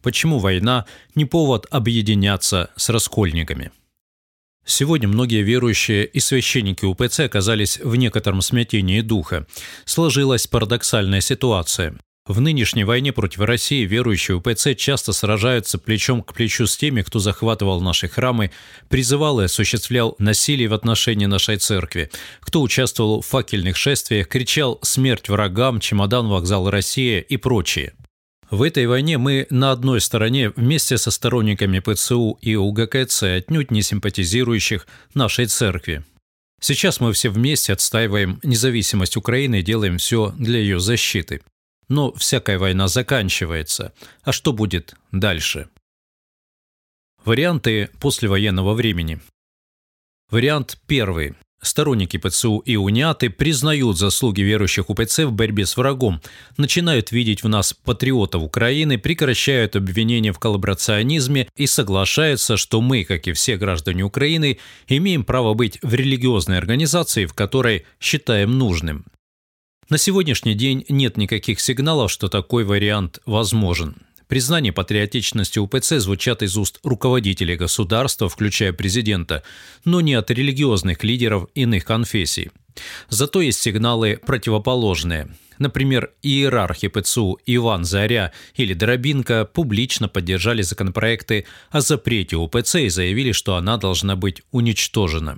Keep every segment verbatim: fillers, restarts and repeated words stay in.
Почему война не повод объединяться с раскольниками? Сегодня многие верующие и священники УПЦ оказались в некотором смятении духа. Сложилась парадоксальная ситуация. В нынешней войне против России верующие УПЦ часто сражаются плечом к плечу с теми, кто захватывал наши храмы, призывал и осуществлял насилие в отношении нашей церкви, кто участвовал в факельных шествиях, кричал «Смерть врагам», «Чемодан, вокзал, Россия» и прочее. В этой войне мы на одной стороне вместе со сторонниками ПЦУ и УГКЦ, отнюдь не симпатизирующих нашей церкви. Сейчас мы все вместе отстаиваем независимость Украины и делаем все для ее защиты. Но всякая война заканчивается. А что будет дальше? Варианты послевоенного времени. Вариант первый. Сторонники ПЦУ и униаты признают заслуги верующих УПЦ в борьбе с врагом, начинают видеть в нас патриотов Украины, прекращают обвинения в коллаборационизме и соглашаются, что мы, как и все граждане Украины, имеем право быть в религиозной организации, в которой считаем нужным. На сегодняшний день нет никаких сигналов, что такой вариант возможен. Признание патриотичности УПЦ звучат из уст руководителей государства, включая президента, но не от религиозных лидеров иных конфессий. Зато есть сигналы противоположные. Например, иерархи ПЦУ Иван Заря или Дробинка публично поддержали законопроекты о запрете УПЦ и заявили, что она должна быть уничтожена.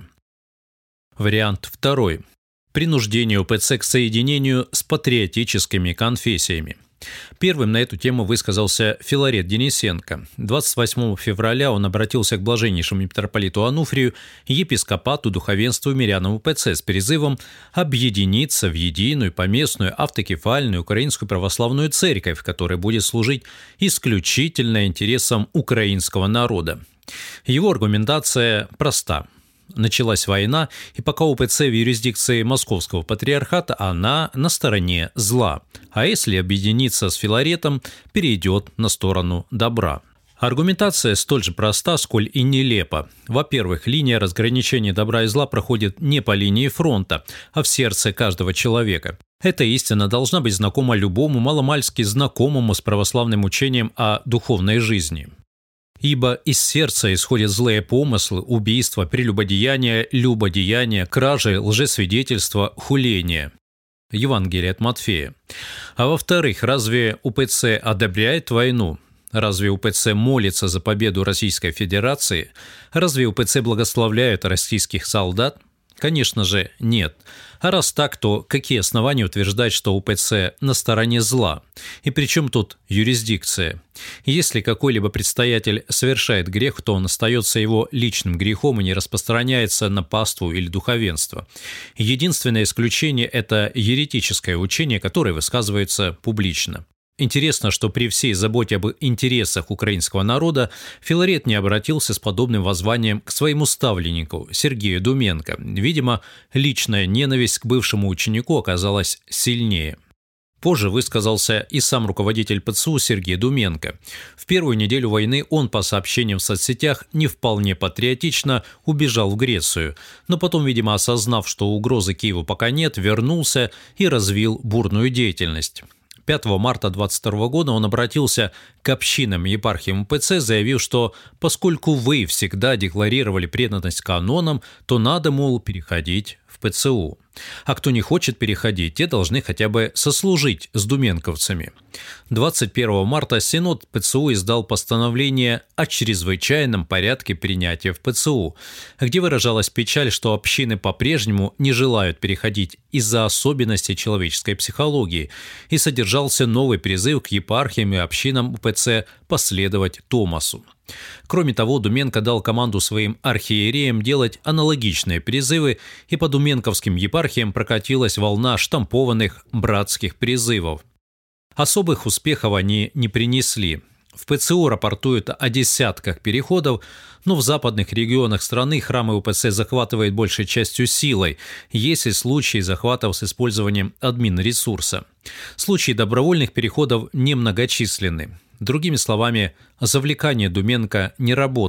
Вариант второй. Принуждение УПЦ к соединению с патриотическими конфессиями. Первым на эту тему высказался Филарет Денисенко. двадцать восьмого февраля он обратился к блаженнейшему митрополиту Ануфрию, епископату, духовенству и мирянам УПЦ с призывом объединиться в единую поместную автокефальную украинскую православную церковь, которая будет служить исключительно интересам украинского народа. Его аргументация проста. Началась война, и пока УПЦ в юрисдикции Московского патриархата, она на стороне зла, а если объединиться с Филаретом, перейдет на сторону добра. Аргументация столь же проста, сколь и нелепа. Во-первых, линия разграничения добра и зла проходит не по линии фронта, а в сердце каждого человека. Эта истина должна быть знакома любому маломальски знакомому с православным учением о духовной жизни. Ибо из сердца исходят злые помыслы, убийства, прелюбодеяния, любодеяния, кражи, лжесвидетельства, хуления. Евангелие от Матфея. А во-вторых, разве УПЦ одобряет войну? Разве УПЦ молится за победу Российской Федерации? Разве УПЦ благословляет российских солдат? Конечно же, нет. А раз так, то какие основания утверждать, что УПЦ на стороне зла? И при чем тут юрисдикция? Если какой-либо предстоятель совершает грех, то он остается его личным грехом и не распространяется на паству или духовенство. Единственное исключение – это еретическое учение, которое высказывается публично. Интересно, что при всей заботе об интересах украинского народа Филарет не обратился с подобным воззванием к своему ставленнику Сергею Думенко. Видимо, личная ненависть к бывшему ученику оказалась сильнее. Позже высказался и сам руководитель ПЦУ Сергей Думенко. В первую неделю войны он, по сообщениям в соцсетях, не вполне патриотично убежал в Грецию, но потом, видимо, осознав, что угрозы Киеву пока нет, вернулся и развил бурную деятельность. пятого марта две тысячи двадцать второго года он обратился к общинам и епархиям УПЦ, заявив, что поскольку вы всегда декларировали преданность канонам, то надо, мол, переходить в ПЦУ. А кто не хочет переходить, те должны хотя бы сослужить с думенковцами. двадцать первого марта Синод ПЦУ издал постановление о чрезвычайном порядке принятия в ПЦУ, где выражалась печаль, что общины по-прежнему не желают переходить из-за особенностей человеческой психологии, и содержался новый призыв к епархиям и общинам УПЦ последовать Томасу. Кроме того, Думенко дал команду своим архиереям делать аналогичные призывы, и по думенковским епархиям прокатилась волна штампованных братских призывов. Особых успехов они не принесли. В ПЦУ рапортуют о десятках переходов, но в западных регионах страны храмы УПЦ захватывает большей частью силой, есть и случаи захватов с использованием админресурса. Случаи добровольных переходов немногочисленны. Другими словами, завлекания Думенко не работают.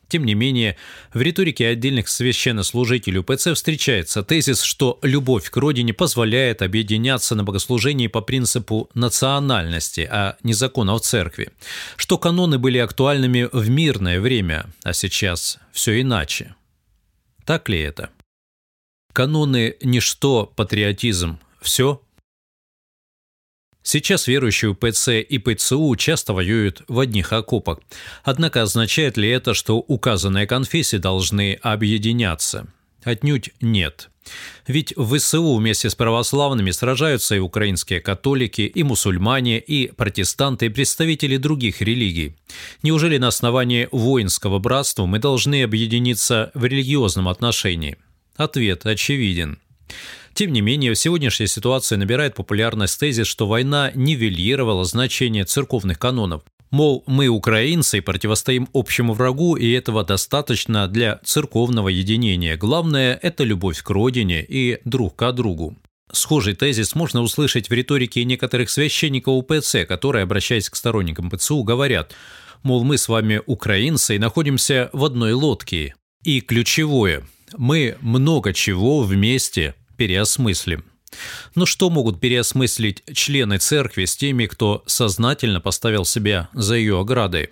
Тем не менее, в риторике отдельных священнослужителей УПЦ встречается тезис, что любовь к родине позволяет объединяться на богослужении по принципу национальности, а не законов церкви, что каноны были актуальными в мирное время, а сейчас все иначе. Так ли это? Каноны – ничто, патриотизм – все? Сейчас верующие УПЦ и ПЦУ часто воюют в одних окопах. Однако означает ли это, что указанные конфессии должны объединяться? Отнюдь нет. Ведь в ВСУ вместе с православными сражаются и украинские католики, и мусульмане, и протестанты, и представители других религий. Неужели на основании воинского братства мы должны объединиться в религиозном отношении? Ответ очевиден. Тем не менее, в сегодняшней ситуации набирает популярность тезис, что война нивелировала значение церковных канонов. Мол, мы украинцы и противостоим общему врагу, и этого достаточно для церковного единения. Главное – это любовь к родине и друг к другу. Схожий тезис можно услышать в риторике некоторых священников УПЦ, которые, обращаясь к сторонникам ПЦУ, говорят, мол, мы с вами украинцы и находимся в одной лодке. И ключевое – мы много чего вместе переосмыслим. Но что могут переосмыслить члены церкви с теми, кто сознательно поставил себя за ее оградой?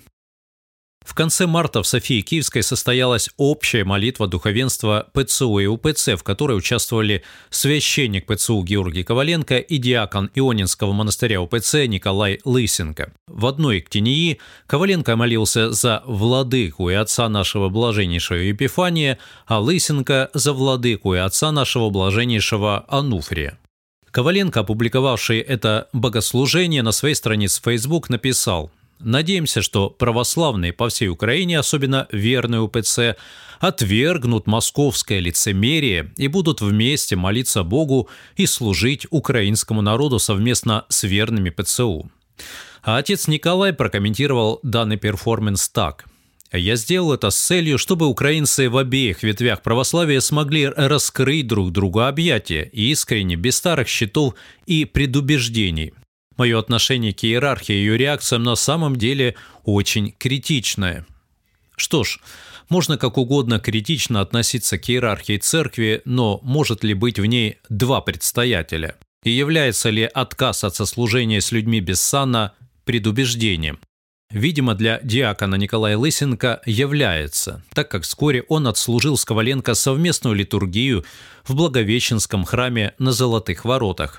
В конце марта в Софии Киевской состоялась общая молитва духовенства ПЦУ и УПЦ, в которой участвовали священник ПЦУ Георгий Коваленко и диакон Ионинского монастыря УПЦ Николай Лысенко. В одной ктении Коваленко молился за владыку и отца нашего блаженнейшего Епифания, а Лысенко за владыку и отца нашего блаженнейшего Ануфрия. Коваленко, опубликовавший это богослужение на своей странице в Facebook, написал: «Надеемся, что православные по всей Украине, особенно верные УПЦ, отвергнут московское лицемерие и будут вместе молиться Богу и служить украинскому народу совместно с верными ПЦУ». А отец Николай прокомментировал данный перформанс так: «Я сделал это с целью, чтобы украинцы в обеих ветвях православия смогли раскрыть друг другу объятия искренне, без старых счетов и предубеждений. Мое отношение к иерархии и ее реакциям на самом деле очень критичное». Что ж, можно как угодно критично относиться к иерархии церкви, но может ли быть в ней два предстоятеля? И является ли отказ от сослужения с людьми без сана предубеждением? Видимо, для диакона Николая Лысенко является, так как вскоре он отслужил с Коваленко совместную литургию в Благовещенском храме на Золотых воротах.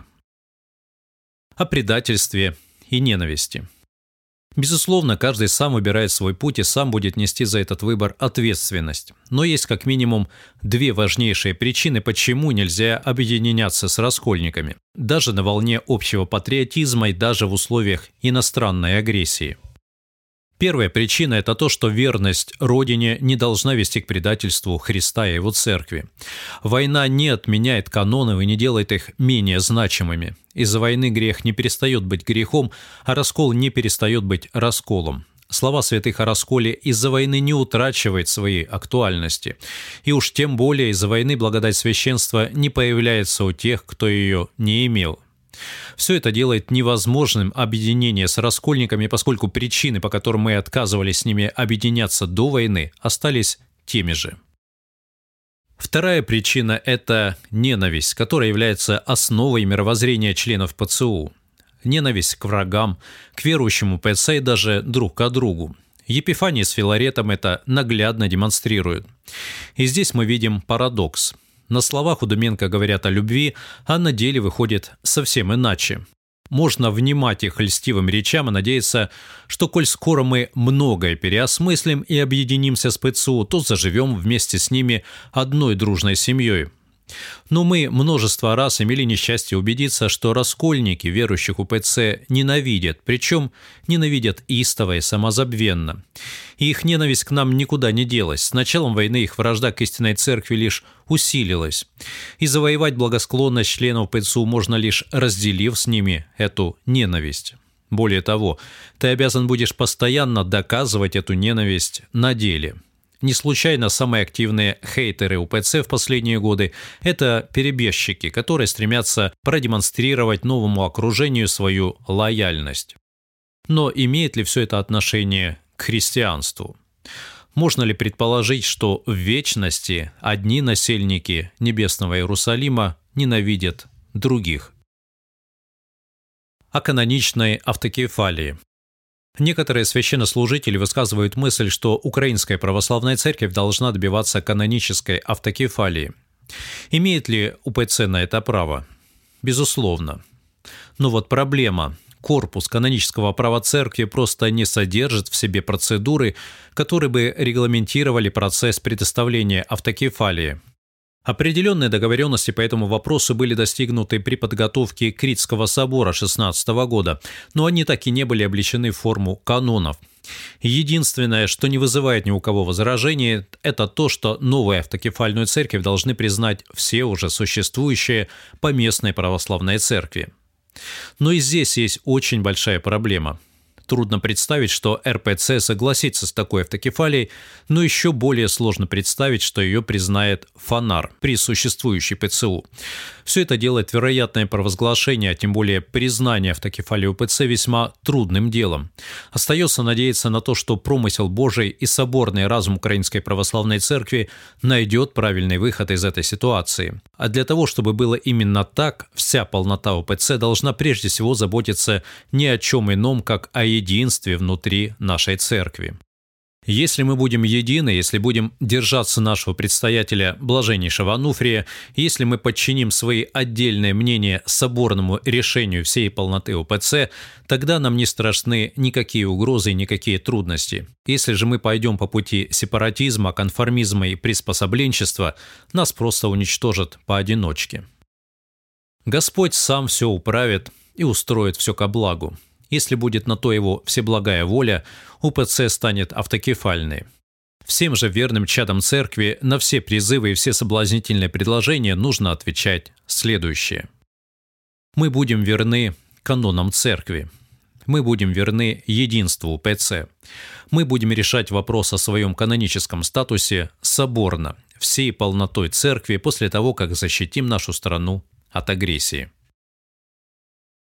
О предательстве и ненависти. Безусловно, каждый сам выбирает свой путь и сам будет нести за этот выбор ответственность. Но есть как минимум две важнейшие причины, почему нельзя объединяться с раскольниками, даже на волне общего патриотизма и даже в условиях иностранной агрессии. Первая причина – это то, что верность Родине не должна вести к предательству Христа и Его Церкви. Война не отменяет канонов и не делает их менее значимыми. Из-за войны грех не перестает быть грехом, а раскол не перестает быть расколом. Слова святых о расколе из-за войны не утрачивают своей актуальности. И уж тем более из-за войны благодать священства не появляется у тех, кто ее не имел. Все это делает невозможным объединение с раскольниками, поскольку причины, по которым мы отказывались с ними объединяться до войны, остались теми же. Вторая причина – это ненависть, которая является основой мировоззрения членов ПЦУ. Ненависть к врагам, к верующему ПЦ и даже друг к другу. Епифаний с Филаретом это наглядно демонстрируют. И здесь мы видим парадокс. На словах у Думенко говорят о любви, а на деле выходит совсем иначе. Можно внимать их льстивым речам и надеяться, что коль скоро мы многое переосмыслим и объединимся с ПЦУ, то заживем вместе с ними одной дружной семьей. Но мы множество раз имели несчастье убедиться, что раскольники верующих УПЦ ненавидят, причем ненавидят истово и самозабвенно. И их ненависть к нам никуда не делась. С началом войны их вражда к истинной церкви лишь усилилась. И завоевать благосклонность членов ПЦУ можно лишь разделив с ними эту ненависть. Более того, ты обязан будешь постоянно доказывать эту ненависть на деле. Не случайно самые активные хейтеры УПЦ в последние годы – это перебежчики, которые стремятся продемонстрировать новому окружению свою лояльность. Но имеет ли все это отношение к христианству? Можно ли предположить, что в вечности одни насельники небесного Иерусалима ненавидят других? О каноничной автокефалии. Некоторые священнослужители высказывают мысль, что Украинская Православная Церковь должна добиваться канонической автокефалии. Имеет ли УПЦ на это право? Безусловно. Но вот проблема. Корпус канонического права Церкви просто не содержит в себе процедуры, которые бы регламентировали процесс предоставления автокефалии. Определенные договоренности по этому вопросу были достигнуты при подготовке Критского собора шестнадцатого года, но они так и не были облечены в форму канонов. Единственное, что не вызывает ни у кого возражений, это то, что новую автокефальную церковь должны признать все уже существующие поместные православные церкви. Но и здесь есть очень большая проблема. Трудно представить, что эр пэ цэ согласится с такой автокефалией, но еще более сложно представить, что ее признает ФАНАР при существующей пэ цэ у. Все это делает вероятное провозглашение, а тем более признание автокефалии у пэ цэ весьма трудным делом. Остается надеяться на то, что промысел Божий и соборный разум Украинской Православной Церкви найдет правильный выход из этой ситуации. А для того, чтобы было именно так, вся полнота у пэ цэ должна прежде всего заботиться ни о чем ином, как о единстве внутри нашей церкви. Если мы будем едины, если будем держаться нашего предстоятеля блаженнейшего Ануфрия, если мы подчиним свои отдельные мнения соборному решению всей полноты у пэ цэ, тогда нам не страшны никакие угрозы и никакие трудности. Если же мы пойдем по пути сепаратизма, конформизма и приспособленчества, нас просто уничтожат поодиночке. Господь сам все управит и устроит все ко благу. Если будет на то его всеблагая воля, у пэ цэ станет автокефальной. Всем же верным чадам церкви на все призывы и все соблазнительные предложения нужно отвечать следующее. Мы будем верны канонам церкви. Мы будем верны единству пэ цэ. Мы будем решать вопрос о своем каноническом статусе соборно, всей полнотой церкви после того, как защитим нашу страну от агрессии.